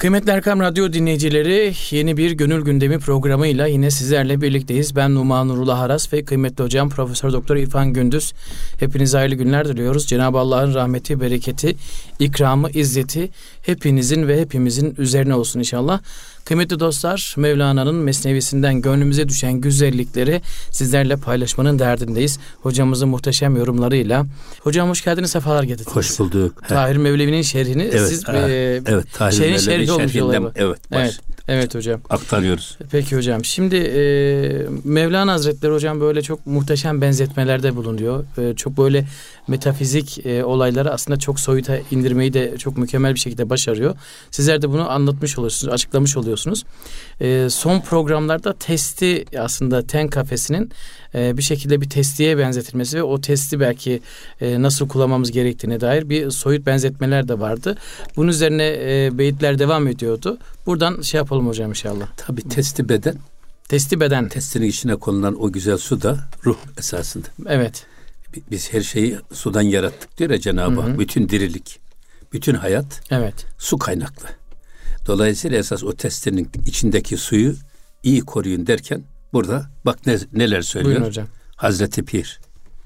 Kıymetli Erkam Radyo dinleyicileri, yeni bir Gönül Gündemi programıyla yine sizlerle birlikteyiz. Ben Numan Nurullah Aras ve kıymetli hocam Profesör Doktor İrfan Gündüz. Hepinize hayırlı günler diliyoruz. Cenab-ı Allah'ın rahmeti, bereketi, ikramı, izzeti hepinizin ve hepimizin üzerine olsun inşallah. Kıymetli dostlar, Mevlana'nın Mesnevisinden gönlümüze düşen güzellikleri sizlerle paylaşmanın derdindeyiz. Hocamızın muhteşem yorumlarıyla. Hocam hoş geldiniz, sefalar getirdiniz. Hoş bulduk. Tahir Mevlevi'nin şerhini evet, siz evet, Tahir şerhin şerhi olmuş olay. Evet hocam. Aktarıyoruz. Peki hocam. Şimdi Mevlana Hazretleri hocam böyle çok muhteşem benzetmelerde bulunuyor. Çok böyle metafizik olayları aslında çok soyuta indirmeyi de çok mükemmel bir şekilde başarıyor. Sizler de bunu anlatmış oluyorsunuz, açıklamış oluyorsunuz. Son programlarda testi, aslında ten kafesinin bir şekilde bir testiye benzetilmesi ve o testi belki nasıl kullanmamız gerektiğine dair bir soyut benzetmeler de vardı. Bunun üzerine beyitler devam ediyordu. Buradan şey yapalım hocam inşallah. Tabii testi beden. Testi beden. Testinin içine konulan o güzel su da ruh esasında. Evet. Biz her şeyi sudan yarattık diyor ya Cenab-ı Hak. Bütün dirilik, bütün hayat su kaynaklı. Dolayısıyla esas o testinin içindeki suyu iyi koruyun derken burada bak neler söylüyor. Buyurun hocam. Hazreti Pir.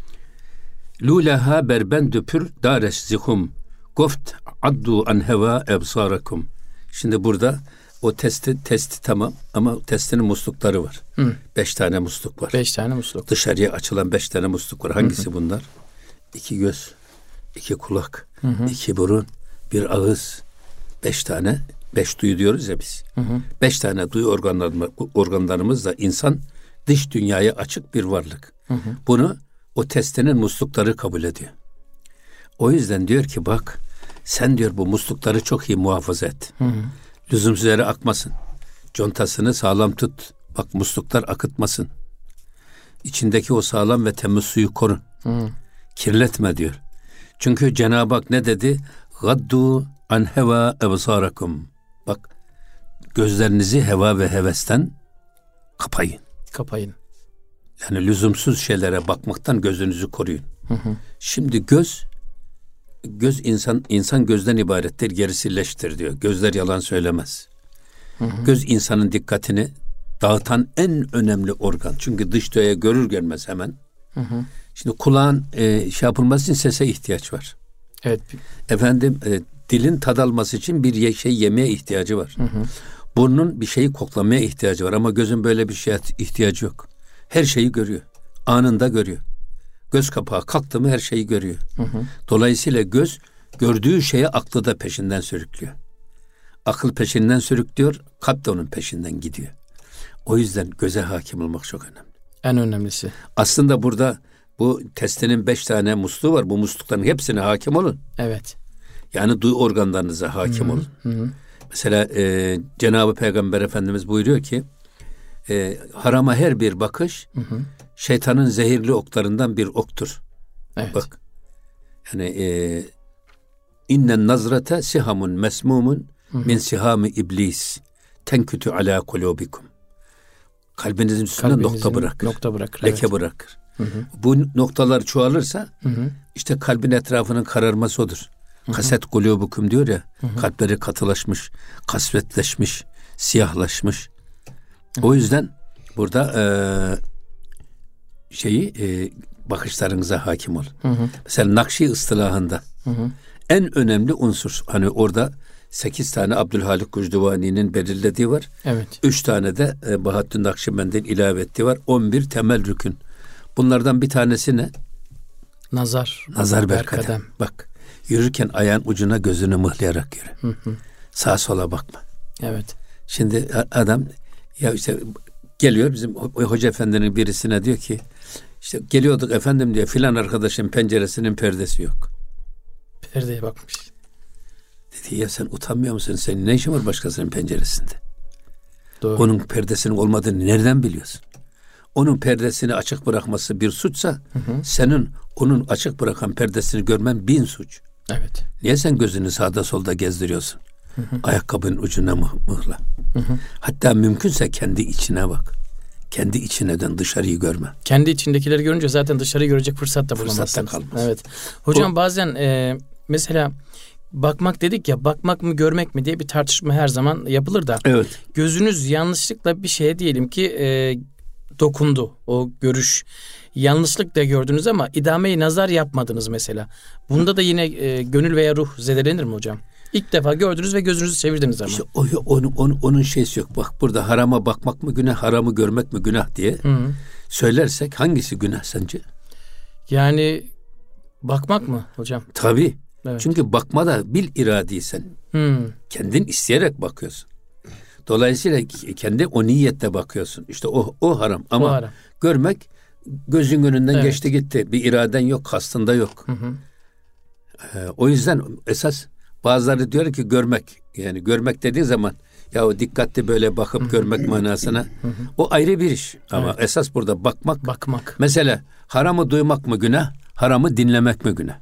Lulaha berbendü pür dareş zihum goft addu an heva ebsarakum. Şimdi burada o testi tamam ama testinin muslukları var. 5 tane musluk var. 5 tane musluk. Dışarıya açılan 5 tane musluk var. Hangisi bunlar? 2 göz, 2 kulak, 2 burun, 1 ağız, 5 tane. 5 duyu diyoruz ya biz. 5 tane duyu organlarımızla insan dış dünyaya açık bir varlık. Bunu o testinin muslukları kabul ediyor. O yüzden diyor ki bak sen diyor bu muslukları çok iyi muhafaza et. Lüzumsuz yere akmasın. Contasını sağlam tut. Bak musluklar akıtmasın. İçindeki o sağlam ve temiz suyu koru. Kirletme diyor. Çünkü Cenab-ı Hak ne dedi? Gaddu an heva ebsarakum. Bak gözlerinizi heva ve hevesten kapayın. Yani lüzumsuz şeylere bakmaktan gözünüzü koruyun. Şimdi göz insan gözden ibarettir, gerisi leştir diyor. Gözler yalan söylemez. Göz insanın dikkatini dağıtan en önemli organ. Çünkü dış dünyaya görür görmez hemen. Şimdi kulağın şey yapılması için sese ihtiyaç var. Evet. Efendim dilin tad alması için bir şey yemeye ihtiyacı var. Burnun bir şeyi koklamaya ihtiyacı var ama gözün böyle bir şeye ihtiyacı yok. Her şeyi görüyor. Anında görüyor. Göz kapağı kalktı mı her şeyi görüyor. Dolayısıyla göz gördüğü şeye aklı da peşinden sürüklüyor. Akıl peşinden sürüklüyor, kalp de onun peşinden gidiyor. O yüzden göze hakim olmak çok önemli. En önemlisi. Aslında burada bu testinin 5 tane musluğu var. Bu muslukların hepsine hakim olun. Evet. Yani duyu organlarınıza hakim olun. Mesela Cenab-ı Peygamber Efendimiz buyuruyor ki harama her bir bakış şeytanın zehirli oklarından bir oktur. Evet. Bak. Yani innen nazrate sihamun mesmumun min sihami iblis tenkütü ala kulubikum. Kalbinizin üstüne nokta bırakır. Leke bırakır. Bu noktalar çoğalırsa işte kalbin etrafının kararması odur. Kaset kulubukum diyor ya, kalpleri katılaşmış, kasvetleşmiş, siyahlaşmış. O yüzden burada bakışlarınıza hakim ol. Mesela Nakşi ıstılahında en önemli unsur, hani orada 8 tane Abdülhalik Gucduvani'nin belirlediği var. Evet. 3 tane de Bahattin Nakşibend'in ilave ettiği var. 11 temel rükün. Bunlardan bir tanesi ne? Nazar berkadem. Bak, yürürken ayağın ucuna gözünü mıhlayarak yürü. Sağa sola bakma. Evet. Şimdi adam ya işte geliyor bizim hoca efendinin birisine diyor ki işte geliyorduk efendim diyor filan arkadaşın penceresinin perdesi yok. Perdeye bakmış. Dedi ya sen utanmıyor musun? Senin ne işin var başkasının penceresinde? Doğru. Onun perdesinin olmadığını nereden biliyorsun? Onun perdesini açık bırakması bir suçsa senin onun açık bırakan perdesini görmen 1000 suç. Evet. Niye sen gözünü sağda solda gezdiriyorsun? Ayakkabının ucuna mıhla. Hatta mümkünse kendi içine bak. Kendi içine dön, dışarıyı görme. Kendi içindekileri görünce zaten dışarıyı görecek fırsat da bulamazsınız. Fırsat da kalmaz. Evet. Hocam bazen mesela bakmak dedik ya, bakmak mı görmek mi diye bir tartışma her zaman yapılır da. Evet. Gözünüz yanlışlıkla bir şeye diyelim ki dokundu. O görüş yanlışlıkla gördünüz ama idame-i nazar yapmadınız mesela. Bunda da yine gönül veya ruh zedelenir mi hocam? İlk defa gördünüz ve gözünüzü çevirdiniz ama. İşte onun şeysi yok. Bak burada harama bakmak mı günah, haramı görmek mi günah diye söylersek hangisi günah sence? Yani bakmak mı hocam? Tabii. Evet. Çünkü bakmada bil iradiysen. Kendin isteyerek bakıyorsun. Dolayısıyla kendi o niyetle bakıyorsun. İşte o haram. Ama o haram. Görmek gözün önünden geçti gitti. Bir iraden yok, kastında yok. O yüzden esas bazıları diyor ki görmek. Yani görmek dediğin zaman ya o dikkatli böyle bakıp görmek manasına. O ayrı bir iş. Ama esas burada bakmak. Mesela haramı duymak mı günah? Haramı dinlemek mi günah?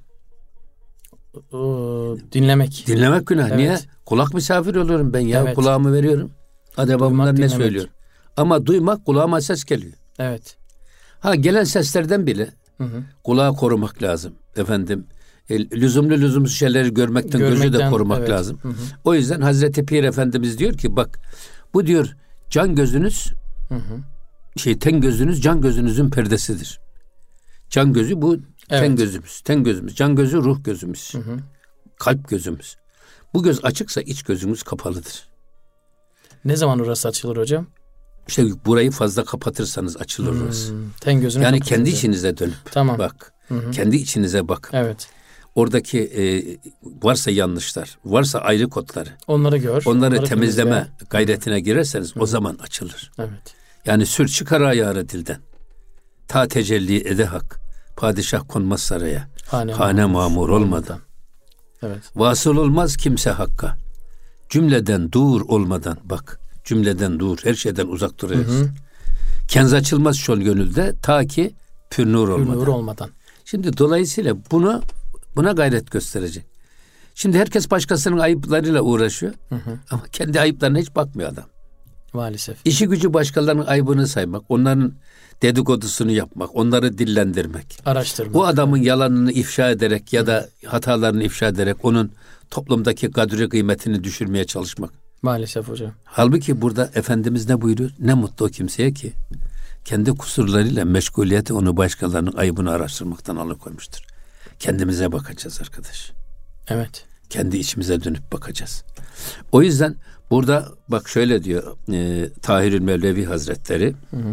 Dinlemek. Dinlemek günah. Evet. Niye? Kulak misafir oluyorum ben ya. Evet. Kulağımı veriyorum. Acaba bunlar ne söylüyor? Ama duymak, kulağıma ses geliyor. Evet. Gelen seslerden bile kulağı korumak lazım. Efendim, lüzumsuz şeyleri görmekten gözü de korumak lazım. O yüzden Hazreti Pir Efendimiz diyor ki bak, bu diyor can gözünüz ten gözünüz can gözünüzün perdesidir. Can gözü bu ten gözümüz. Can gözü ruh gözümüz. Kalp gözümüz. Bu göz açıksa iç gözümüz kapalıdır. Ne zaman orası açılır hocam? İşte burayı fazla kapatırsanız açılır orası. Ten gözünü yani kendi içinize dönüp bak. Kendi içinize bak. Evet. Oradaki varsa yanlışlar, varsa ayrı kodları. Onları gör. Onları temizleme gayretine girerseniz o zaman açılır. Evet. Yani sür çıkar ayarı dilden. Ta tecelli ede hak. Padişah konmaz saraya. Hane mamur olmadan. Evet. Vasıl olmaz kimse hakka. Cümleden dur olmadan bak. Cümleden dur. Her şeyden uzak duracağız. Kenz açılmaz şol gönülde ta ki pür nur olmadan. Şimdi dolayısıyla buna gayret gösterecek. Şimdi herkes başkasının ayıplarıyla uğraşıyor. Ama kendi ayıplarına hiç bakmıyor adam. Maalesef. İşi gücü başkalarının ayıbını saymak, onların dedikodusunu yapmak, onları dillendirmek. Araştırmak. O adamın yalanını ifşa ederek ya da hatalarını ifşa ederek onun toplumdaki kadri kıymetini düşürmeye çalışmak. Maalesef hocam. Halbuki burada Efendimiz ne buyuruyor? Ne mutlu o kimseye ki kendi kusurlarıyla meşguliyeti onu başkalarının ayıbını araştırmaktan alıkoymuştur. Kendimize bakacağız arkadaş. Evet. Kendi içimize dönüp bakacağız. O yüzden burada bak şöyle diyor Tahirül Mevlevi Hazretleri.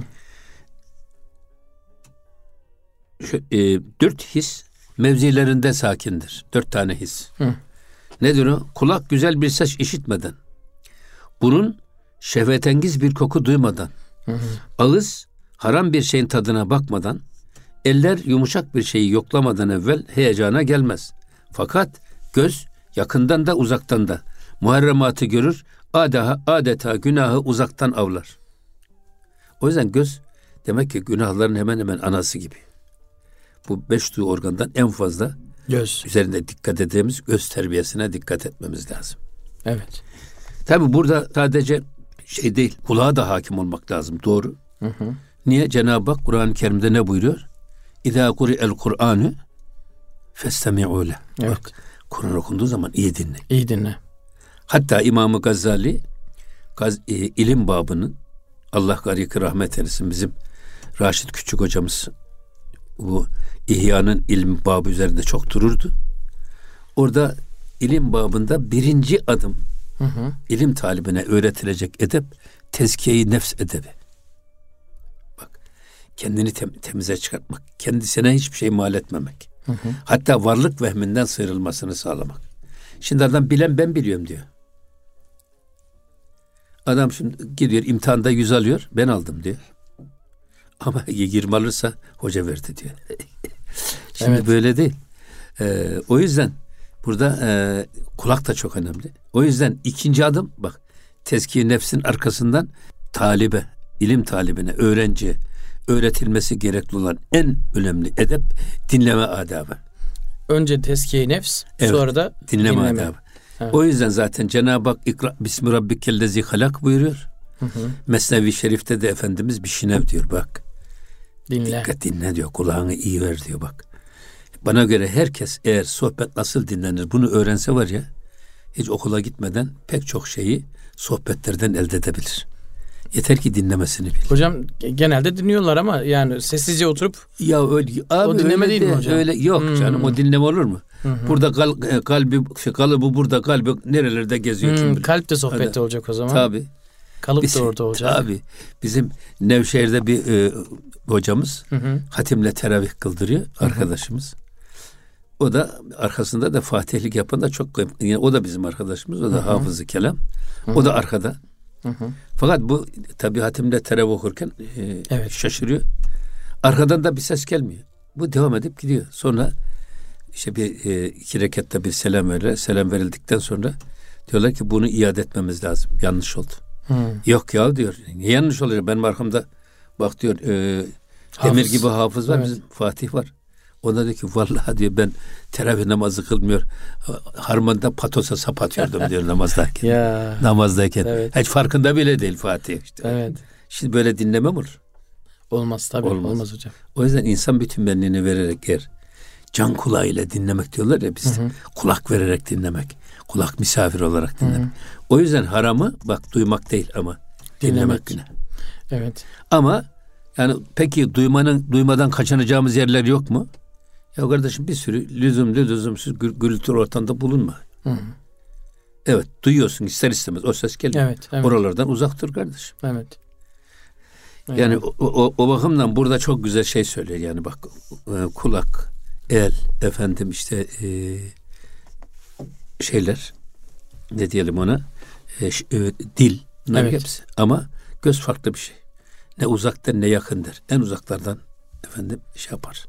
4 his mevzilerinde sakindir. 4 tane his. Nedir o? Kulak güzel bir ses işitmeden, burun şehvetengiz bir koku duymadan, ağız haram bir şeyin tadına bakmadan, eller yumuşak bir şeyi yoklamadan evvel heyecana gelmez. Fakat göz yakından da uzaktan da muharrematı görür, adeta günahı uzaktan avlar. O yüzden göz demek ki günahların hemen hemen anası gibi. Bu 5 duyu organdan en fazla göz üzerinde dikkat edeceğimiz göz terbiyesine dikkat etmemiz lazım. Evet. Tabi burada sadece değil, kulağa da hakim olmak lazım. Doğru. Niye? Cenab-ı Hak Kur'an-ı Kerim'de ne buyuruyor? İzâ kuri'el Kur'ânü festemi'û leh. Evet. Bak, Kur'an okunduğu zaman iyi dinle. İyi dinle. Hatta İmam-ı Gazali ilim babının, Allah gariki rahmet eylesin, bizim Raşit Küçük hocamız bu İhya'nın ilim babı üzerinde çok dururdu. Orada ilim babında 1. adım ilim talibine öğretilecek edep tezkiye-i nefs edebi. Bak, kendini temize çıkartmak, kendisine hiçbir şey mal etmemek. Hatta varlık vehminden sıyrılmasını sağlamak. Şimdi adam bilen ben biliyorum diyor. Adam şimdi gidiyor imtihanda 100 alıyor, ben aldım diyor. Ama 20 alırsa hoca verdi diyor. Şimdi böyle değil. O yüzden burada kulak da çok önemli. O yüzden 2. adım bak, tezkiye nefsin arkasından talibe, ilim talibine, öğrenciye öğretilmesi gerekli olan en önemli edep dinleme adabı. Önce tezkiye nefs, sonra da dinleme. Adabı. Evet. O yüzden zaten Cenab-ı Hak İkra bismi rabbikellezi halak buyuruyor. Mesnevi Şerif'te de Efendimiz bir şinev diyor bak. Dinle. Dikkat dinle diyor. Kulağını iyi ver diyor bak. Bana göre herkes eğer sohbet nasıl dinlenir bunu öğrense var ya, hiç okula gitmeden pek çok şeyi sohbetlerden elde edebilir. Yeter ki dinlemesini bil. Hocam genelde dinliyorlar ama yani sessizce oturup ya öyle abi, o dinleme değil mi hocam? Öyle yok canım, o dinleme olur mu? Burada kalıbı burada, kalbi nerelerde geziyor kim bilir. Kalp de sohbette olacak o zaman. Tabii. Kalıp da orada olacak. Tabii. Bizim Nevşehir'de bir hocamız hatimle teravih kıldırıyor arkadaşımız. O da arkasında da fatihlik yapan da çok, yine o da bizim arkadaşımız. O da hafızı kelam. O da arkada. Fakat bu tabii hatimle teravih okurken şaşırıyor. Arkadan da bir ses gelmiyor. Bu devam edip gidiyor. Sonra işte iki rekatta bir selam verir. Selam verildikten sonra diyorlar ki bunu iade etmemiz lazım. Yanlış oldu. Yok ya diyor. Niye yanlış oluyor? Benim arkamda bak diyor demir gibi hafız var. Bizim Fatih var. Ona diyor ki vallahi diyor ben teravih namazı kılmıyor. Harmanda patosa sap atıyordum diyor namazdayken. Namazdayken. Evet. Hiç farkında bile değil Fatih. İşte. Evet. Şimdi böyle dinleme mi olur? Olmaz tabii. Olmaz hocam. O yüzden insan bütün benliğini vererek can kulağıyla dinlemek diyorlar ya biz. Kulak vererek dinlemek. Kulak misafir olarak dinlemek. O yüzden haramı bak duymak değil ama dinlemek günah. Evet. Ama yani peki duymadan kaçınacağımız yerler yok mu? Ya kardeşim bir sürü lüzumsuz gürültü ortamda bulunma. Evet, duyuyorsun ister istemez o ses geliyor. Evet. Oralardan uzak dur kardeşim. Evet. Yani o bakımdan burada çok güzel şey söylüyor yani bak kulak, el, efendim işte şeyler ne diyelim ona dil bunlar hepsi ama göz farklı bir şey. Ne uzaktan ne yakındır. En uzaklardan efendim şey yapar.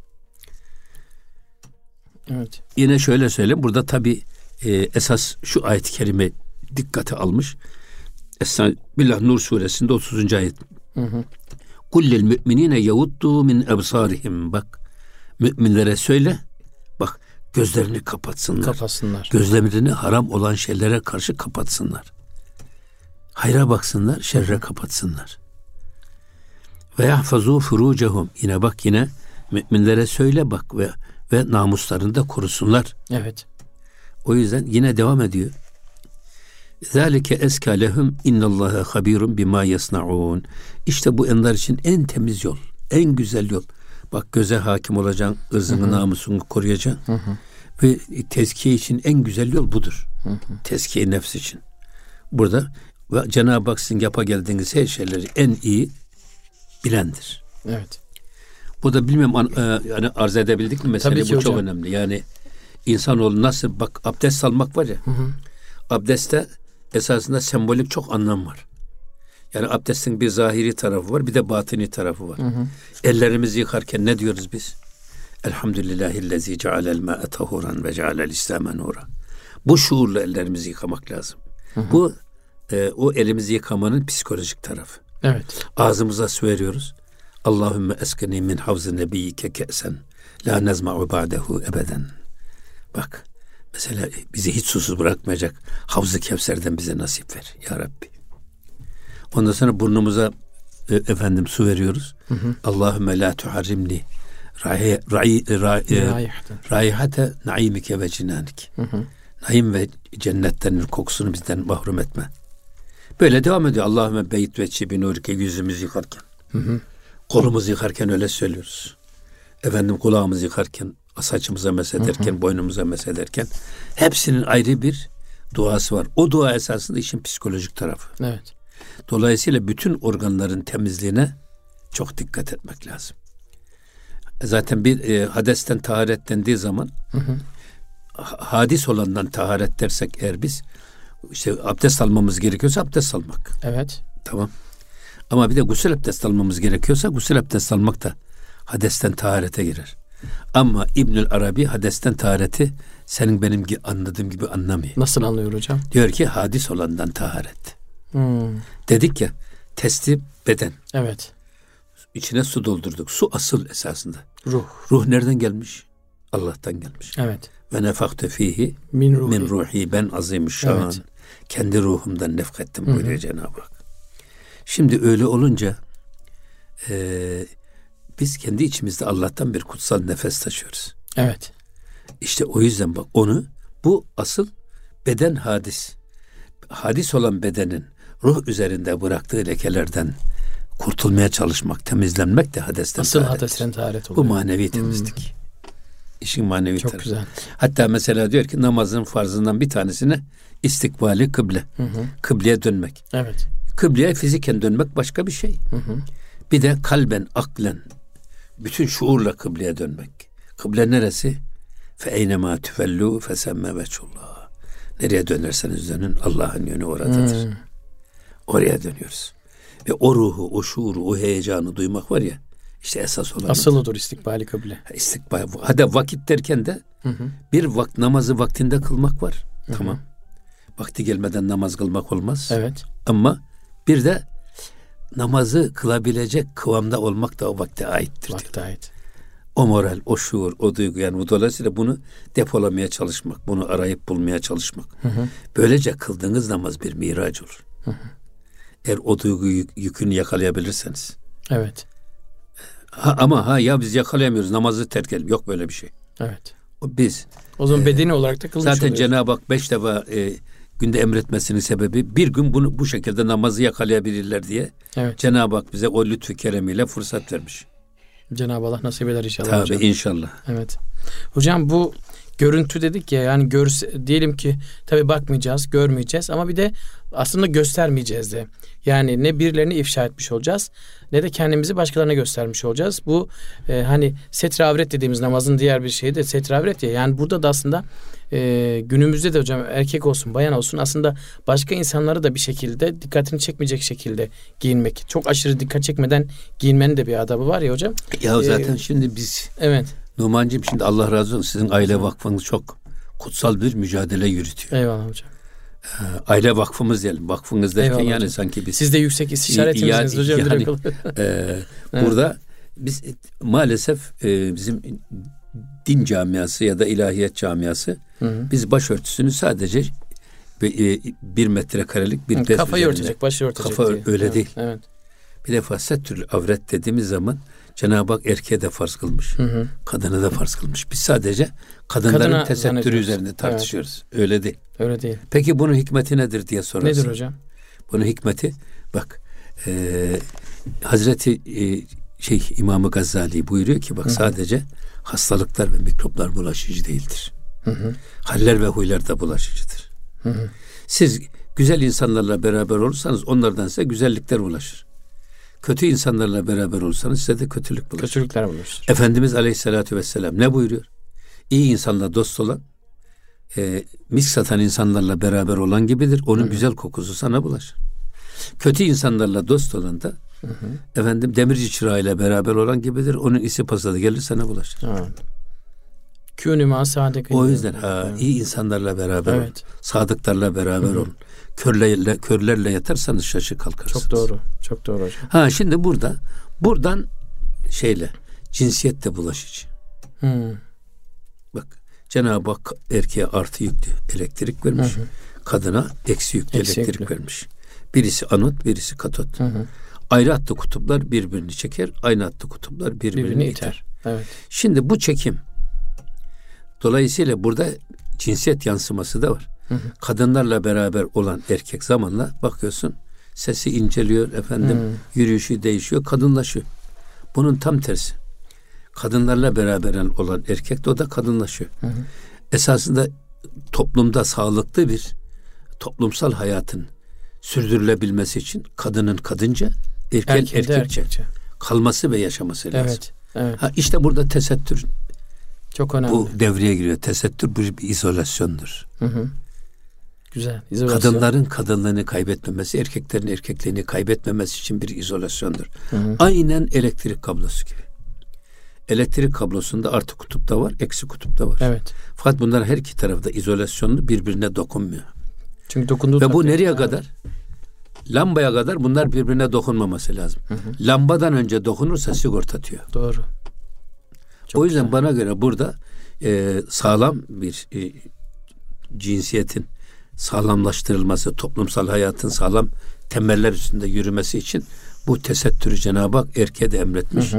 Evet. Yine şöyle söyleyeyim. Burada tabii esas şu ayet-i kerime dikkate almış. Estağfirullah Nur suresinde 30. ayet. Kullil müminine yavuddu min ebsarihim. Bak müminlere söyle. Bak gözlerini kapatsınlar. Gözlerini haram olan şeylere karşı kapatsınlar. Hayra baksınlar, şerre kapatsınlar. Ve yahfazu furucehum. Yine bak yine müminlere söyle bak ve namuslarını da korusunlar. Evet. O yüzden yine devam ediyor. Zalike eska lehum innallaha habirun bima yasnaun. İşte bu onlar için en temiz yol, en güzel yol. Bak göze hakim olacaksın, ırzını, namusunu koruyacaksın. Ve tezkiye için en güzel yol budur. Tezkiye nefs için. Burada ve Cenab-ı Hak sizin yapa geldiğiniz her şeyleri en iyi bilendir. Evet. Bu da bilmiyorum yani arz edebildik mi mesele, bu hocam. Çok önemli. Yani insanoğlu nasıl bak abdest almak var ya. Abdestte esasında sembolik çok anlam var. Yani abdestin bir zahiri tarafı var, bir de batini tarafı var. Ellerimizi yıkarken ne diyoruz biz? Elhamdülillahillezî cealel mâ'e tahuran ve cealel İslâme nûran. Bu şuurla ellerimizi yıkamak lazım. Bu o elimizi yıkamanın psikolojik tarafı. Evet. Ağzımıza su veriyoruz. Allahümme eskeni min havz-ı nebiyyike ke'sen la nezma'u ba'dehu ebeden. Bak mesela bizi hiç susuz bırakmayacak Havz-ı Kevser'den bize nasip ver ya Rabbi. Ondan sonra burnumuza efendim su veriyoruz. Allahümme la tuharrimni raihate naimike ve cinanik. Naim ve cennetlerin kokusunu bizden mahrum etme. Böyle devam ediyor. Allahümme beyt ve çibi nurike, yüzümüzü yıkarken. Kolumuzu yıkarken öyle söylüyoruz. Efendim kulağımızı yıkarken, saçımıza mesederken, boynumuza mesederken hepsinin ayrı bir duası var. O dua esasında işin psikolojik tarafı. Evet. Dolayısıyla bütün organların temizliğine çok dikkat etmek lazım. Zaten bir hadesten taharet dendiği zaman hadis olandan taharet dersek eğer biz işte abdest almamız gerekiyorsa abdest almak. Evet. Tamam. Ama bir de gusül abdest almamız gerekiyorsa gusül abdest almak da hadesten taharete girer. Ama İbnül Arabi hadesten tahareti senin benim anladığım gibi anlamıyor. Nasıl anlıyor hocam? Diyor ki hadis olandan taharet. Dedik ya testi beden. Evet. İçine su doldurduk. Su asıl esasında. Ruh. Ruh nereden gelmiş? Allah'tan gelmiş. Evet. Ve nefakte fihi min ruhi ben azimüşşan. Evet. Kendi ruhumdan nefkettim buyuruyor Cenab-ı Hak. Şimdi öyle olunca biz kendi içimizde Allah'tan bir kutsal nefes taşıyoruz. Evet. İşte o yüzden bak bu asıl beden hadis. Hadis olan bedenin ruh üzerinde bıraktığı lekelerden kurtulmaya çalışmak, temizlenmek de hadesten asıl taharet. hadesten taharet oluyor. Bu manevi temizlik. İşin manevi çok tarafı. güzel. Hatta mesela diyor ki namazın farzından bir tanesine istikbali kıble. Kıbleye dönmek. Evet. Kıbleye fiziken dönmek başka bir şey. Bir de kalben, aklen, bütün şuurla kıbleye dönmek. Kıble neresi? Fe eynemâ tüfellû fesemme veçullah. Nereye dönerseniz dönün Allah'ın yönü oradadır. Oraya dönüyoruz. Ve o ruhu, o şuuru, o heyecanı duymak var ya, işte esas olan. Asıl odur istikbali kıble. İstikbal. Hadi vakit derken de bir namazı vaktinde kılmak var. Tamam. Vakti gelmeden namaz kılmak olmaz. Evet. Ama bir de namazı kılabilecek kıvamda olmak da o vakte aittir. Vakte ait. O moral, o şuur, o duygu, yani bu dolayısıyla bunu depolamaya çalışmak, bunu arayıp bulmaya çalışmak. Böylece kıldığınız namaz bir miraç olur. Eğer o duygu yükünü yakalayabilirseniz. Evet. Ama ya biz yakalayamıyoruz, namazı terk edelim. Yok böyle bir şey. Evet. Biz. O zaman bedeni olarak da kılmış zaten oluyoruz. Cenab-ı Hak 5 defa günde emretmesinin sebebi bir gün bunu bu şekilde namazı yakalayabilirler diye. Evet. Cenab-ı Hak bize o lütfü keremiyle fırsat vermiş. Cenab-ı Allah nasip eder inşallah. Tabii hocam. inşallah. Evet. Hocam bu görüntü dedik ya, yani diyelim ki tabii bakmayacağız, görmeyeceğiz ama bir de aslında göstermeyeceğiz de. Yani ne birilerini ifşa etmiş olacağız ne de kendimizi başkalarına göstermiş olacağız. Bu hani setre avret dediğimiz namazın diğer bir şeyi de setre avret ya. Yani burada da aslında günümüzde de hocam erkek olsun bayan olsun aslında başka insanları da bir şekilde dikkatini çekmeyecek şekilde giyinmek. Çok aşırı dikkat çekmeden giyinmenin de bir adabı var ya hocam. Ya zaten şimdi biz evet. Numancığım şimdi Allah razı olsun sizin aile vakfınız çok kutsal bir mücadele yürütüyor. Eyvallah hocam. Aile vakfımız diyelim. Vakfınız derken eyvallah yani hocam. sanki biz. Siz de yüksek istişaretimizsiniz hocam. Yani, burada biz maalesef bizim din camiası ya da ilahiyat camiası biz başörtüsünü sadece 1 metrekarelik bir bez kafayı üzerinde. örtecek, başı örtecek. Kafa diye. öyle değil. Evet. Bir defa setrül avret dediğimiz zaman Cenab-ı Hak erkeğe de farz kılmış. Kadına da farz kılmış. Biz sadece kadınların tesettürü üzerinde tartışıyoruz. Evet. Öyle değil. Öyle değil. Peki bunun hikmeti nedir diye sorarsın. Nedir hocam? Bunun hikmeti bak Hazreti İmam-ı Gazali buyuruyor ki bak sadece hastalıklar ve mikroplar bulaşıcı değildir. Haller ve huylar da bulaşıcıdır. Siz güzel insanlarla beraber olursanız onlardan size güzellikler bulaşır. Kötü insanlarla beraber olursanız size de kötülük bulaşır. Kötülükler bulaşır. Efendimiz Aleyhisselatü Vesselam ne buyuruyor? İyi insanla dost olan misk satan insanlarla beraber olan gibidir. Onun güzel kokusu sana bulaşır. Kötü insanlarla dost olan da efendim demirci çırağıyla beraber olan gibidir. Onun isi pasada gelir sana bulaşır. Kûnü mâ sâdıkîn. O yüzden iyi insanlarla beraber olun. Sadıklarla beraber olun. Körlerle yatarsanız şaşı kalkarsınız. Çok doğru. Çok doğru hocam. Şimdi buradan cinsiyet de bulaşıcı. Bak Cenab-ı Hak erkeğe artı yüklü elektrik vermiş. Kadına eksi yüklü elektrik vermiş. Birisi anot, birisi katot. Ayrı hatlı kutuplar birbirini çeker, aynı hatlı kutuplar birbirini iter. Evet. Şimdi bu çekim dolayısıyla burada cinsiyet yansıması da var. Kadınlarla beraber olan erkek zamanla bakıyorsun sesi inceliyor efendim, yürüyüşü değişiyor, kadınlaşıyor. Bunun tam tersi. Kadınlarla beraber olan erkek de o da kadınlaşıyor. Esasında toplumda sağlıklı bir toplumsal hayatın sürdürülebilmesi için kadının kadınca, erkekçe kalması ve yaşaması lazım. Evet. İşte burada tesettür çok önemli. Bu devreye giriyor. Tesettür bir izolasyondur. Güzel. İzolasyon. Kadınların kadınlığını kaybetmemesi, erkeklerin erkekliğini kaybetmemesi için bir izolasyondur. Aynen elektrik kablosu gibi. Elektrik kablosunda artı kutupta var, eksi kutupta var. Evet. Fakat bunlar her iki tarafta izolasyonlu, birbirine dokunmuyor. Çünkü dokunduğu ve bu nereye kadar? Lambaya kadar bunlar birbirine dokunmaması lazım. Lambadan önce dokunursa sigorta atıyor. Doğru. Çok o yüzden güzel. Bana göre burada sağlam bir cinsiyetin sağlamlaştırılması, toplumsal hayatın sağlam temeller üstünde yürümesi için bu tesettürü Cenab-ı Hak erkeğe de emretmiş,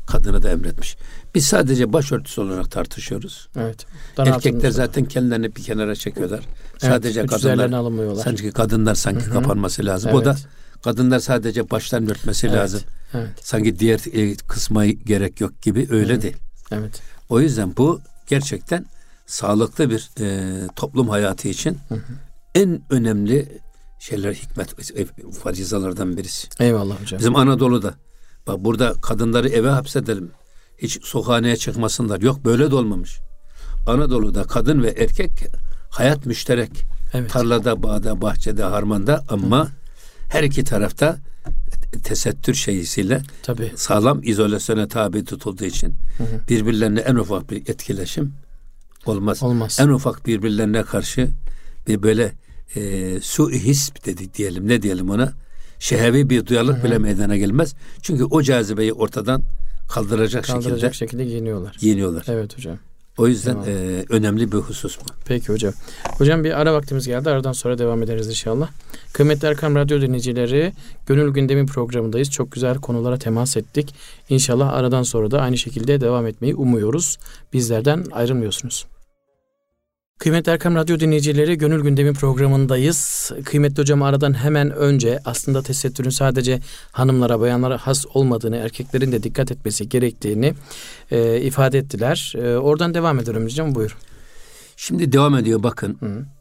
kadına da emretmiş. Biz sadece başörtüsü olarak tartışıyoruz. Evet. Erkekler zaten kendilerini bir kenara çekiyorlar. Sadece kadınlar sanki kapanması lazım. Evet. O da kadınlar sadece başlarını örtmesi lazım. Evet. Sanki diğer kısma gerek yok gibi, öyle değil. Evet. O yüzden bu gerçekten sağlıklı bir toplum hayatı için en önemli şeyler, hikmet, farizalardan birisi. Eyvallah hocam. Bizim Anadolu'da bak, burada kadınları eve hapsedelim, hiç sokağa çıkmasınlar. Yok, böyle de olmamış. Anadolu'da kadın ve erkek hayat müşterek. Evet. Tarlada, bağda, bahçede, harmanda, ama her iki tarafta tesettür şeysiyle sağlam izolasyona tabi tutulduğu için birbirlerine en ufak bir etkileşim olmaz. En ufak birbirlerine karşı bir böyle su-i-his dedik diyelim, ne diyelim ona, şehevi bir duyarlılık bile meydana gelmez. Çünkü o cazibeyi ortadan kaldıracak şekilde giyiniyorlar. Evet hocam. O yüzden önemli bir husus bu. Peki hocam. Hocam bir ara vaktimiz geldi. Aradan sonra devam ederiz inşallah. Kıymetli Erkam Radyo dinleyicileri, Gönül Gündemi programındayız. Çok güzel konulara temas ettik. İnşallah aradan sonra da aynı şekilde devam etmeyi umuyoruz. Bizlerden ayrılmıyorsunuz. Kıymetli Erkam Radyo dinleyicileri, Gönül Gündemi programındayız. Kıymetli hocam aradan hemen önce aslında tesettürün sadece hanımlara, bayanlara has olmadığını, erkeklerin de dikkat etmesi gerektiğini ifade ettiler. Oradan devam edelim hocam, buyur. Şimdi devam ediyor, bakın.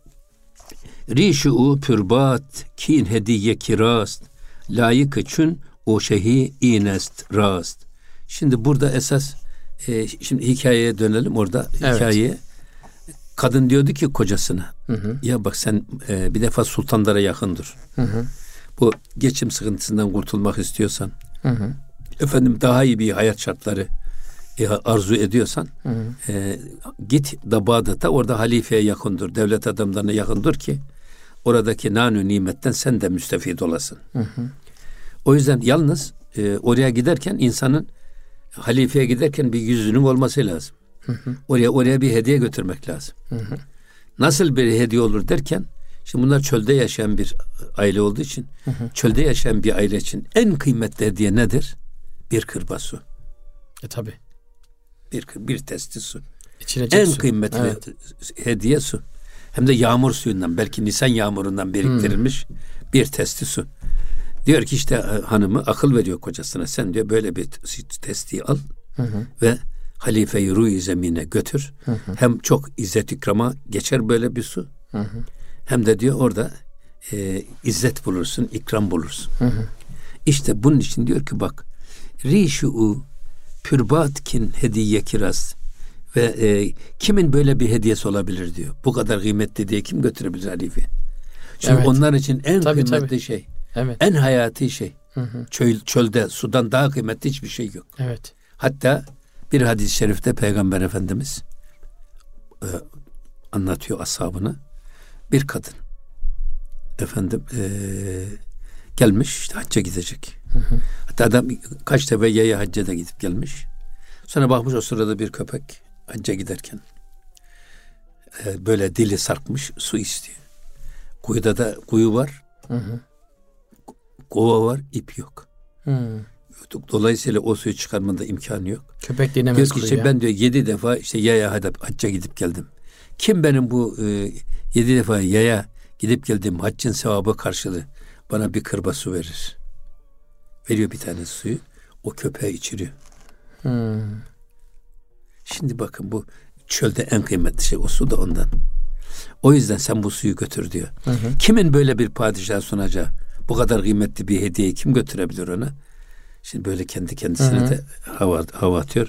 Rişu pürbat kin hediye kirast layık için o şehi inest rast. Şimdi burada esas şimdi hikayeye dönelim, orada hikayeye. Kadın diyordu ki kocasına, ya bak sen bir defa sultanlara yakın dur. Bu geçim sıkıntısından kurtulmak istiyorsan, efendim daha iyi bir hayat şartları arzu ediyorsan, git da Bağdat'a, orada halifeye yakın dur, devlet adamlarına yakın dur ki oradaki nanü nimetten sen de müstefid olasın. O yüzden yalnız oraya giderken insanın, halifeye giderken bir yüzünün olması lazım. Oraya bir hediye götürmek lazım. Nasıl bir hediye olur derken, şimdi bunlar çölde yaşayan bir aile olduğu için, çölde yaşayan bir aile için en kıymetli hediye nedir? Bir kırba su. Tabii. Bir testi su. İçilecek en su. Kıymetli hediye su. Hem de yağmur suyundan, belki Nisan yağmurundan biriktirilmiş bir testi su. Diyor ki işte hanımı akıl veriyor kocasına, sen diyor böyle bir testi al ve halife-i ruh-i zemine götür. Hem çok izzet ikrama geçer böyle bir su. Hem de diyor orada izzet bulursun, ikram bulursun. İşte bunun için diyor ki bak, rişu pürbatkin hediye kiraz ve kimin böyle bir hediyesi olabilir diyor. Bu kadar kıymetli diye kim götürebilir halife? Çünkü onlar için en kıymetli şey, en hayati şey. Çölde sudan daha kıymetli hiçbir şey yok. Evet. Hatta bir hadis-i şerifte Peygamber Efendimiz anlatıyor ashabını. Bir kadın efendim gelmiş, işte hacca gidecek. Hatta adam kaç defa yaya hacca da gidip gelmiş. Sonra bakmış o sırada bir köpek hacca giderken böyle dili sarkmış, su istiyor. Kuyuda da kuyu var. Kova var, ip yok. Dolayısıyla o suyu çıkarmada imkanı yok. Köpek dinemez diyor ki işte ben diyor 7 defa işte yaya hacca gidip geldim. Kim benim bu 7 defa yaya gidip geldiğim haccın sevabı karşılığı bana bir kırba su verir. Veriyor bir tane suyu. O köpeğe içiriyor. Şimdi bakın, bu çölde en kıymetli şey o su da ondan. O yüzden sen bu suyu götür diyor. Kimin böyle bir padişah sunacağı, bu kadar kıymetli bir hediyeyi kim götürebilir ona? Şimdi böyle kendi kendisine de hava atıyor.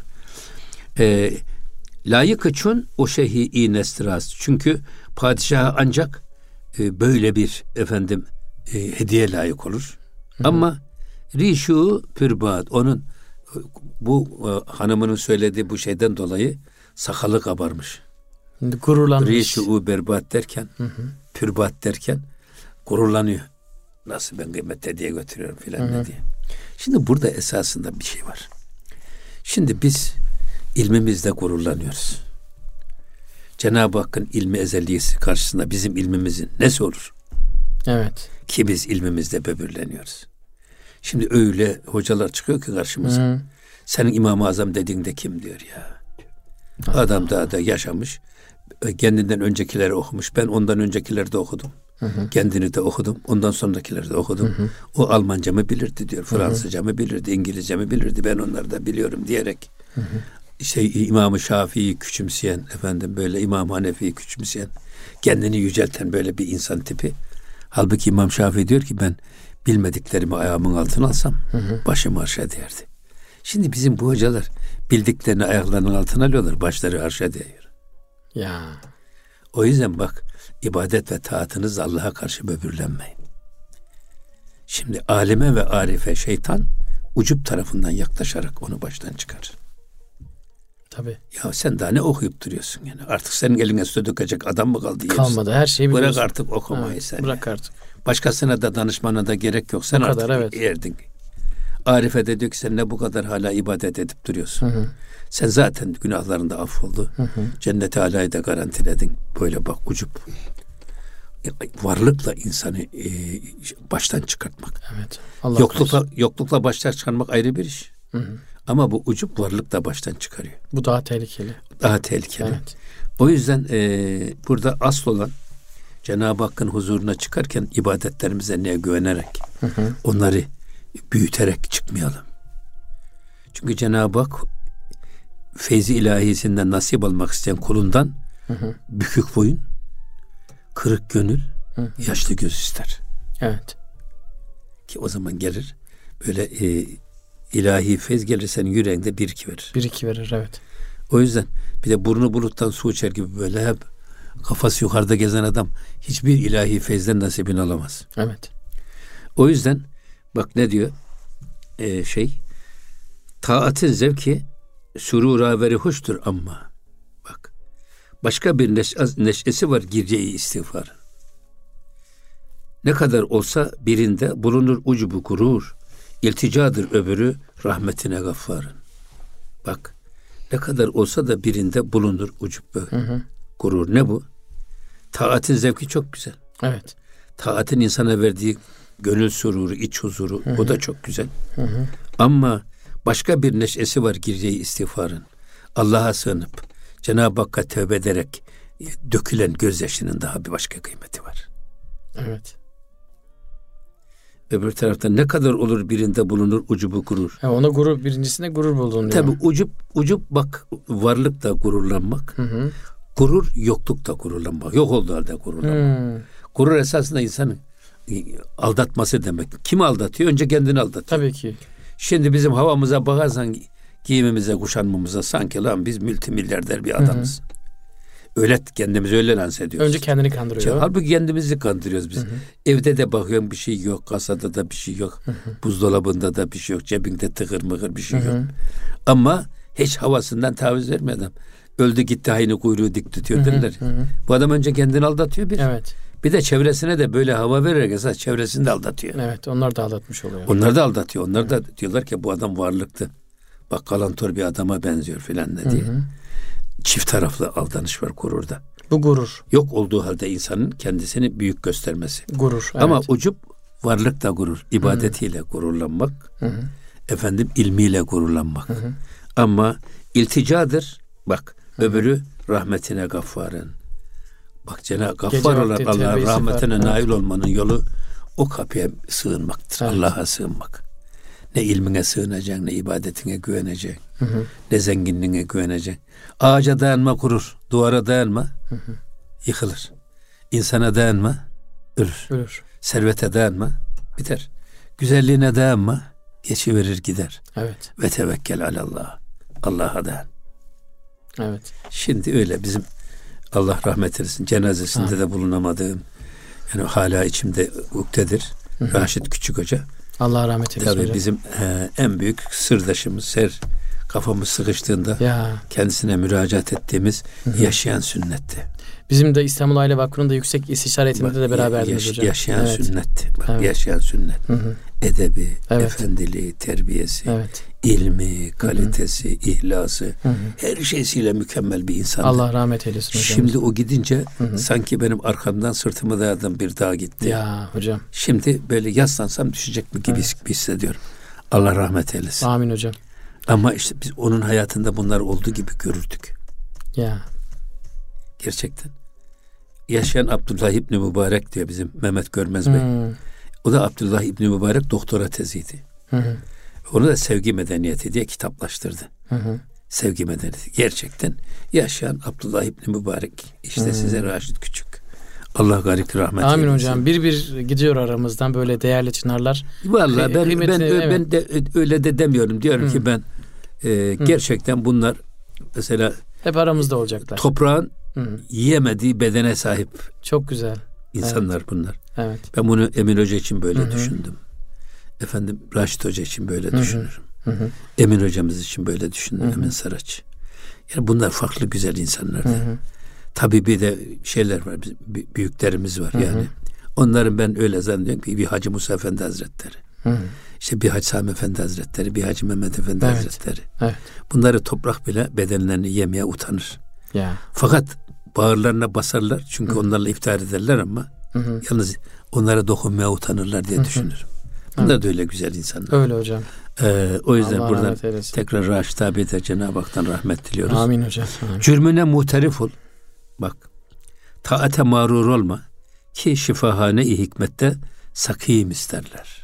Layık için o şehi inestiraz. Çünkü padişaha ancak böyle bir hediye layık olur. Ama rişu pürbat, onun bu hanımının söylediği bu şeyden dolayı sakalı kabarmış. Gururlanmış. Rişu berbat derken, pürbat derken gururlanıyor. Nasıl ben kıymetli hediye götürüyorum filan diye. Şimdi burada esasında bir şey var. Şimdi biz ilmimizle gururlanıyoruz. Cenab-ı Hakk'ın ilmi ezelliyesi karşısında bizim ilmimizin nesi olur? Evet. Ki biz ilmimizle böbürleniyoruz. Şimdi öyle hocalar çıkıyor ki karşımıza. Senin İmam-ı Azam dediğin de kim diyor ya. Adam da yaşamış. Kendinden öncekileri okumuş. Ben ondan öncekileri de okudum. Kendini de okudum. Ondan sonrakileri de okudum. O Almancamı bilirdi diyor. Fransızcamı bilirdi. İngilizcemi bilirdi. Ben onları da biliyorum diyerek. İmam-ı Şafii'yi küçümseyen, böyle İmam-ı Hanefi'yi küçümseyen, kendini yücelten böyle bir insan tipi. Halbuki İmam Şafii diyor ki ben bilmediklerimi ayağımın altına alsam başım arşa değerdi. Şimdi bizim bu hocalar bildiklerini ayaklarının altına alıyorlar. Başları arşa değiyor. Ya. O yüzden bak, ibadet ve taatınızla Allah'a karşı böbürlenmeyin. Şimdi alime ve arife şeytan ucup tarafından yaklaşarak onu baştan çıkarır. Tabii. Ya sen daha ne okuyup duruyorsun yani? Artık senin eline su dökecek adam mı kaldı? Kalmadı, her şeyi biliyorsun. Bırak artık okumayı, evet, sen. Bırak artık. Başkasına da danışmana da gerek yok. Sen bu artık kadar, evet. erdin. Arife de diyor ki sen ne bu kadar hala ibadet edip duruyorsun. Sen zaten günahlarında affoldu. Cennet-i Alâ'yı da garantiledin. Böyle bak, ucup. Varlıkla insanı baştan çıkartmak. Evet. Yoklukla baştan çıkarmak ayrı bir iş. Ama bu ucup varlıkla baştan çıkarıyor. Bu daha tehlikeli. Daha tehlikeli. Evet. O yüzden burada asıl olan Cenab-ı Hakk'ın huzuruna çıkarken ibadetlerimize neye güvenerek, onları büyüterek çıkmayalım. Çünkü Cenab-ı Hak feyzi ilahisinden nasip almak isteyen kulundan bükük boyun, kırık gönül, yaşlı göz ister. Evet. Ki o zaman gelir böyle ilahi feyz gelir, senin yüreğinde biriki verir. Biriki verir, evet. O yüzden bir de burnu buluttan su içer gibi böyle hep kafası yukarıda gezen adam hiçbir ilahi feyzden nasibini alamaz. Evet. O yüzden bak ne diyor? Taatin zevki sürura veri hoştur ama bak başka bir neşesi var gireceği istiğfar. Ne kadar olsa birinde bulunur ucubu gurur, ilticadır öbürü rahmetine gaffarın. Bak ne kadar olsa da birinde bulunur ucubu gurur. Ne bu? Taatin zevki çok güzel. Evet. Taatin insana verdiği gönül sururu, iç huzuru, o da çok güzel. Ama başka bir neşesi var gireceği istiğfarın. Allah'a sığınıp Cenab-ı Hakk'a tövbe ederek dökülen gözyaşının daha bir başka kıymeti var. Evet. Öbür taraftan ne kadar olur birinde bulunur ucubu gurur. Ona gurur, birincisinde gurur buldun diyor. Tabii ucup bak, varlık da gururlanmak. Gurur yokluk da gururlanmak. Yok olduğu halde gururlanmak. Gurur esasında insanın aldatması demek. Kimi aldatıyor? Önce kendini aldatıyor. Tabii ki. Şimdi bizim havamıza bakarsan, giyimimize, kuşanmamıza sanki lan biz multimilyarder bir adamız. Öyle kendimizi öyle lanse ediyoruz. Önce kendini kandırıyor. Halbuki kendimizi kandırıyoruz biz. Evde de bakıyorum bir şey yok, kasada da bir şey yok, buzdolabında da bir şey yok, cebinde tıkır mıkır bir şey yok. Ama hiç havasından taviz vermiyor adam. Öldü gitti haini kuyruğu dik tutuyor derler. Bu adam önce kendini aldatıyor bir. Evet. Bir de çevresine de böyle hava vererek esas çevresini de aldatıyor. Evet, onlar da aldatmış oluyor. Onlar da aldatıyor. Onlar da diyorlar ki bu adam varlıklı. Bak kalantor bir adama benziyor filan ne diye. Çift taraflı aldanış var gururda. Bu gurur. Yok olduğu halde insanın kendisini büyük göstermesi. Gurur. Evet. Ama ucup varlık da gurur. İbadetiyle gururlanmak. İlmiyle gururlanmak. Ama ilticadır. Bak öbürü rahmetine gaffarın. Bak Cenab-ı Gaffar olan Allah'ın rahmetine nail olmanın yolu o kapıya sığınmaktır. Evet. Allah'a sığınmak. Ne ilmine sığınacaksın, ne ibadetine güveneceksin, ne zenginliğine güveneceksin. Ağaca dayanma kurur, duvara dayanma yıkılır. İnsana dayanma ölür. Servete dayanma biter. Güzelliğine dayanma geçiverir gider. Evet. Ve tevekkel alallah. Allah'a dayan. Evet. Şimdi öyle bizim Allah rahmet eylesin cenazesinde de bulunamadığım, yani hala içimde uktedir. Raşit Küçük Hoca. Allah rahmet eylesin. Tabii bizim en büyük sırdaşımız, her kafamız sıkıştığında kendisine müracaat ettiğimiz yaşayan sünnetti. Bizim de İstanbul Aile Vakfı'nın da yüksek istişaretinde de beraberdiniz hocam. Yaşayan sünnetti. Bak yaşayan sünnet. Edebi, efendiliği, terbiyesi, ilmi, kalitesi, ihlası, her şeysiyle mükemmel bir insandı. Allah rahmet eylesin hocam. Şimdi o gidince sanki benim arkamdan sırtımı dayadan bir dağ gitti. Ya hocam. Şimdi böyle yaslansam düşecek mi gibi hissediyorum. Allah rahmet eylesin. Amin hocam. Ama işte biz onun hayatında bunlar olduğu gibi görürdük. Ya. Gerçekten. Yaşayan Abdullah İbni Mübarek diyor bizim Mehmet Görmez Bey. O da Abdullah İbni Mübarek doktora teziydi. Onu da Sevgi Medeniyeti diye kitaplaştırdı. Sevgi Medeniyeti. Gerçekten yaşayan Abdullah İbni Mübarek. İşte size Raşit Küçük. Allah garip rahmet eylesin. Amin hocam. Bir gidiyor aramızdan böyle değerli çınarlar. Vallahi ben de öyle de demiyorum. Diyorum ki ben gerçekten bunlar mesela hep aramızda olacaklar. Toprağın yiyemediği bedene sahip. Çok güzel. İnsanlar bunlar. Evet. Ben bunu Emin Hoca için böyle düşündüm. Efendim Raşit Hoca için böyle düşünürüm. Emin Hocamız için böyle düşündüm. Emin Saraç. Yani bunlar farklı güzel insanlardı. Tabii bir de şeyler var. Büyüklerimiz var yani. Onların ben öyle zannediyorum ki bir Hacı Musa Efendi Hazretleri. İşte bir Hacı Sami Efendi Hazretleri, bir Hacı Mehmet Efendi Hazretleri. Evet. Bunları toprak bile bedenlerini yemeye utanır. Ya. Fakat bağırlarına basarlar çünkü onlarla iftihar ederler ama yalnız onlara dokunmaya utanırlar diye düşünürüm. Bunlar da öyle güzel insanlar. Öyle hocam. O yüzden Allah buradan tekrar Raşit abiye de Cenab-ı Hak'tan rahmet diliyoruz. Amin hocam. Amin. Cürmüne muhterif ol. Bak. Taate mağrur olma ki şifahane-i hikmette sakim isterler.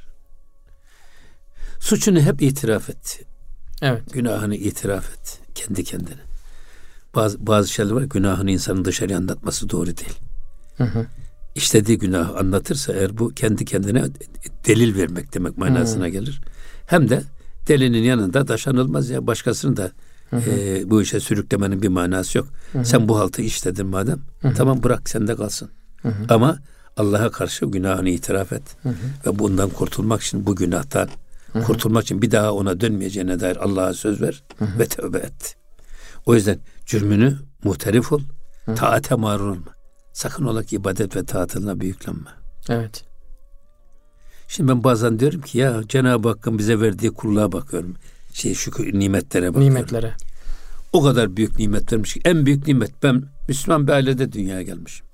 Suçunu hep itiraf et. Evet. Günahını itiraf et. Kendi kendine. Bazı şeyler var. Günahını insanın dışarıya anlatması doğru değil. İşlediği günahı anlatırsa eğer bu kendi kendine delil vermek demek manasına gelir. Hem de delinin yanında daşanılmaz ya başkasını da bu işe sürüklemenin bir manası yok. Sen bu haltı işledin madem tamam bırak sende kalsın. Ama Allah'a karşı günahını itiraf et. Ve bundan kurtulmak için bu günahtan kurtulmak için bir daha ona dönmeyeceğine dair Allah'a söz ver ve tövbe et. O yüzden cürmünü muhterif ol. Taate mağrur olma. Sakın ola ki ibadet ve taatına büyüklenme. Evet. Şimdi ben bazen diyorum ki ya Cenab-ı Hakk'ın bize verdiği kulluğa bakıyorum. Şükür nimetlere bakıyorum. Nimetlere. O kadar büyük nimet vermiş ki en büyük nimet ben Müslüman bir ailede dünyaya gelmişim.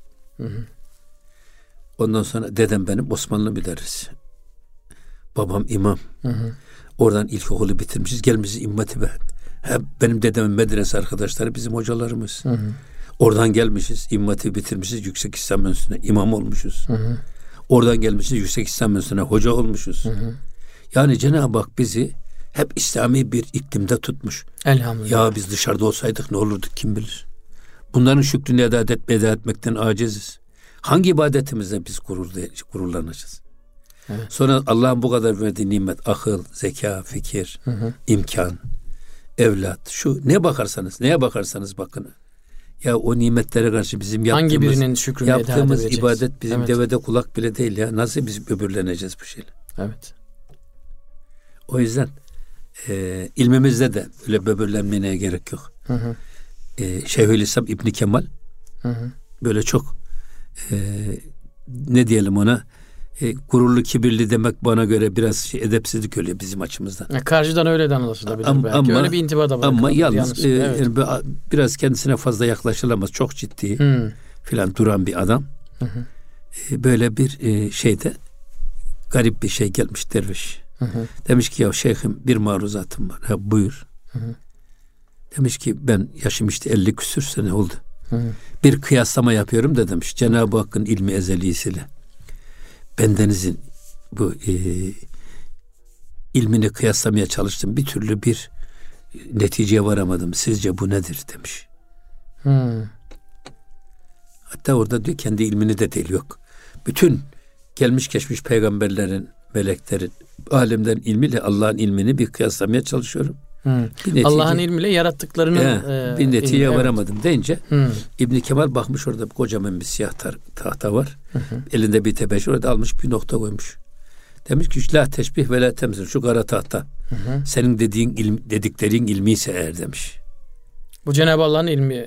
Ondan sonra dedem benim Osmanlı müderrisi. Babam imam. Oradan ilkokulu bitirmişiz. Gelmişiz İmam Hatip'e. Benim dedemin medrese arkadaşları bizim hocalarımız. Oradan gelmişiz. İmam Hatip'i bitirmişiz. Yüksek İslam Enstitüsü'ne imam olmuşuz. Oradan gelmişiz. Yüksek İslam Enstitüsü'ne hoca olmuşuz. Yani Cenab-ı Hak bizi hep İslami bir iklimde tutmuş. Elhamdülillah. Ya biz dışarıda olsaydık ne olurduk kim bilir. Bunların şükrünü eda etmekten aciziz. Hangi ibadetimizle biz gururlanacağız? Evet. Sonra Allah'ın bu kadar verdiği nimet, akıl, zeka, fikir, imkan, evlat, şu neye bakarsanız bakın. Ya o nimetlere karşı bizim yaptığımız ibadet bizim devede kulak bile değil ya. Nasıl biz böbürleneceğiz bu şeyle? Evet. O yüzden ilmimizde de öyle böbürlenmeye gerek yok. Şeyhülislam İbni Kemal böyle çok ne diyelim ona gururlu, kibirli demek bana göre biraz edepsizlik oluyor bizim açımızdan. Karşıdan öyle de anlaşılabilir belki. Ama, öyle bir intibada var. Ama yalnız biraz kendisine fazla yaklaşılamaz. Çok ciddi filan duran bir adam. Böyle bir şeyde garip bir şey gelmiş derviş. Demiş ki ya şeyhim bir maruzatım var. Buyur. Demiş ki ben yaşım işte 50 küsür sene oldu. Bir kıyaslama yapıyorum da demiş. Cenab-ı Hakk'ın ilmi ezelisiyle bendenizin bu ilmini kıyaslamaya çalıştım. Bir türlü bir neticeye varamadım. Sizce bu nedir demiş. Hatta orada diyor kendi ilmini de değil yok. Bütün gelmiş geçmiş peygamberlerin, meleklerin, alemlerin ilmiyle Allah'ın ilmini bir kıyaslamaya çalışıyorum. Allah'ın ilmiyle yarattıklarının bir neticeye varamadım deyince İbn Kemal bakmış orada kocaman bir siyah tahta var. Elinde bir tebeşir orada almış bir nokta koymuş. Demiş ki la teşbih ve la temsil şu kara tahta. Senin dediklerin ilmi ise eğer demiş. Bu Cenab-ı Allah'ın ilmi.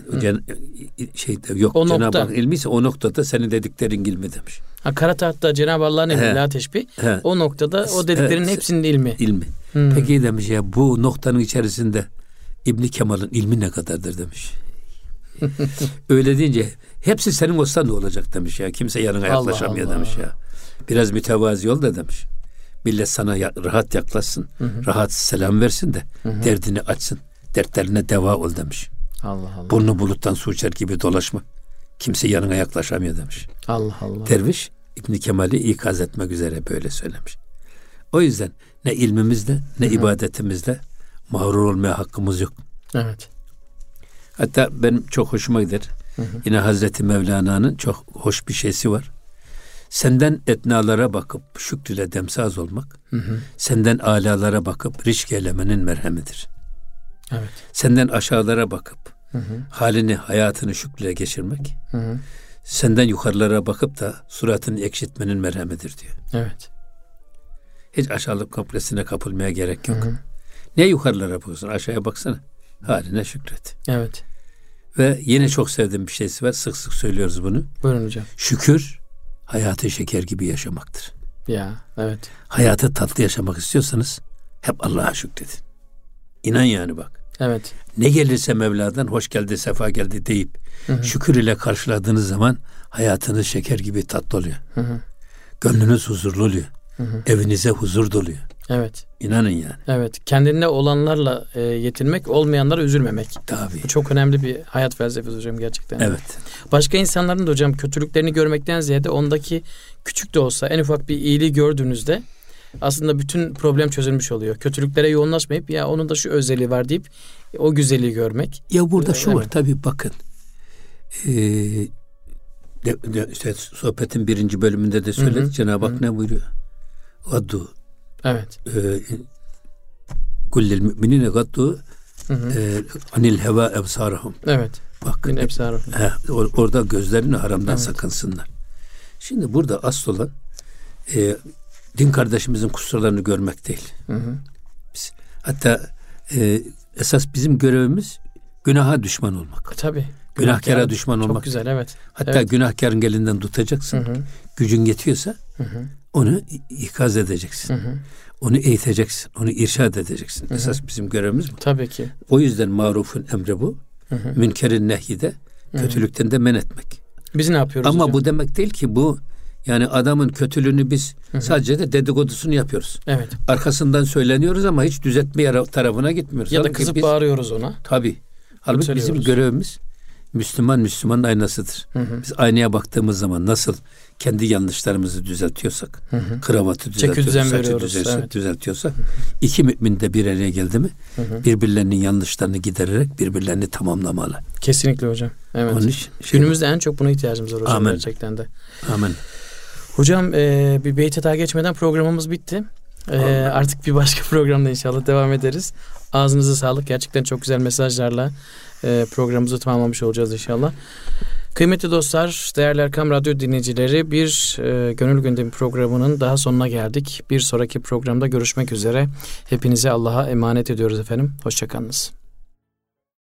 Yok Cenab-ı Allah'ın ilmi ise o noktada senin dediklerin ilmi demiş. Kara tahta Cenab-ı Allah'ın ilmi la teşbih. O noktada o dediklerin hepsinin ilmi. Peki demiş ya bu noktanın içerisinde İbn Kemal'in ilmi ne kadardır demiş. Öyle deyince hepsi senin olsa ne olacak demiş ya. Kimse yanına yaklaşamıyor demiş ya. Biraz mütevazi ol da demiş. Millet sana rahat yaklaşsın, rahat selam versin de derdini açsın. Dertlerine deva ol demiş. Allah Allah. Burnu buluttan su içer gibi dolaşma. Kimse yanına yaklaşamıyor demiş. Allah Allah. Derviş İbn Kemal'i ikaz etmek üzere böyle söylemiş. O yüzden ne ilmimizde ne ibadetimizde mağrur olmaya hakkımız yok. Evet. Hatta benim çok hoşuma gider. Yine Hazreti Mevlana'nın çok hoş bir şeysi var. Senden etnalara bakıp şükrüyle demsaz olmak, senden âlâlara bakıp rişk eylemenin merhemidir. Evet. Senden aşağılara bakıp halini, hayatını şükrüyle geçirmek, senden yukarılara bakıp da suratını ekşitmenin merhemidir diyor. Evet. Hiç aşağılık komplesine kapılmaya gerek yok. Ne yukarılara bakıyorsun? Aşağıya baksana. Haline şükret. Evet. Ve yine çok sevdiğim bir şeysi var. Sık sık söylüyoruz bunu. Buyurun hocam. Şükür hayatı şeker gibi yaşamaktır. Ya evet. Hayatı tatlı yaşamak istiyorsanız hep Allah'a şükredin. İnan yani bak. Evet. Ne gelirse Mevla'dan hoş geldi, sefa geldi deyip şükür ile karşıladığınız zaman hayatınız şeker gibi tatlı oluyor. Gönlünüz huzurlu oluyor. Evinize huzur doluyor. Evet. İnanın yani. Evet. Kendinde olanlarla yetinmek, olmayanlara üzülmemek. Tabii. Bu çok önemli bir hayat felsefesi hocam gerçekten. Evet. Başka insanların da hocam kötülüklerini görmekten ziyade ondaki küçük de olsa en ufak bir iyiliği gördüğünüzde aslında bütün problem çözülmüş oluyor. Kötülüklere yoğunlaşmayıp ya onun da şu özelliği var deyip o güzelliği görmek. Ya burada şu var evet. tabii bakın. İşte sohbetin 1. bölümünde de söyledik. Cenab-ı Hak ne buyuruyor? Gaddu. Evet. Kullil müminine gaddu anil heva ebsarahum. Evet. Bak. Orada gözlerini haramdan sakınsınlar. Şimdi burada asıl olan din kardeşimizin kusurlarını görmek değil. Hatta esas bizim görevimiz günaha düşman olmak. Tabii. Günahkara düşman olmak. Çok güzel, evet. Hatta günahkarın elinden tutacaksın. Gücün yetiyorsa onu ikaz edeceksin. Onu eğiteceksin. Onu irşad edeceksin. Esas bizim görevimiz bu. Tabii ki. O yüzden marufun emri bu. Münkerin nehyi de kötülükten de men etmek. Biz ne yapıyoruz ama hocam? Bu demek değil ki bu yani adamın kötülüğünü biz sadece de dedikodusunu yapıyoruz. Evet. Arkasından söyleniyoruz ama hiç düzeltme tarafına gitmiyoruz. Ya da kızıp bağırıyoruz ona. Tabii. Halbuki bizim görevimiz Müslümanın aynasıdır. Biz aynaya baktığımız zaman nasıl kendi yanlışlarımızı düzeltiyorsak, kravatı düzeltiyorsak, saçı düzeltiyorsak, iki mümin de bir araya geldi mi birbirlerinin yanlışlarını gidererek birbirlerini tamamlamalı. Kesinlikle hocam. Evet. Günümüzde en çok buna ihtiyacımız var hocam. Amen. Gerçekten de. Amin. Hocam bir beyte daha geçmeden programımız bitti. Artık bir başka programda inşallah devam ederiz. Ağzınıza sağlık. Gerçekten çok güzel mesajlarla programımızı tamamlamış olacağız inşallah. Kıymetli dostlar, değerli Erkam Radyo dinleyicileri, bir Gönül Gündemi programının daha sonuna geldik. Bir sonraki programda görüşmek üzere. Hepinizi Allah'a emanet ediyoruz efendim. Hoşça kalınız.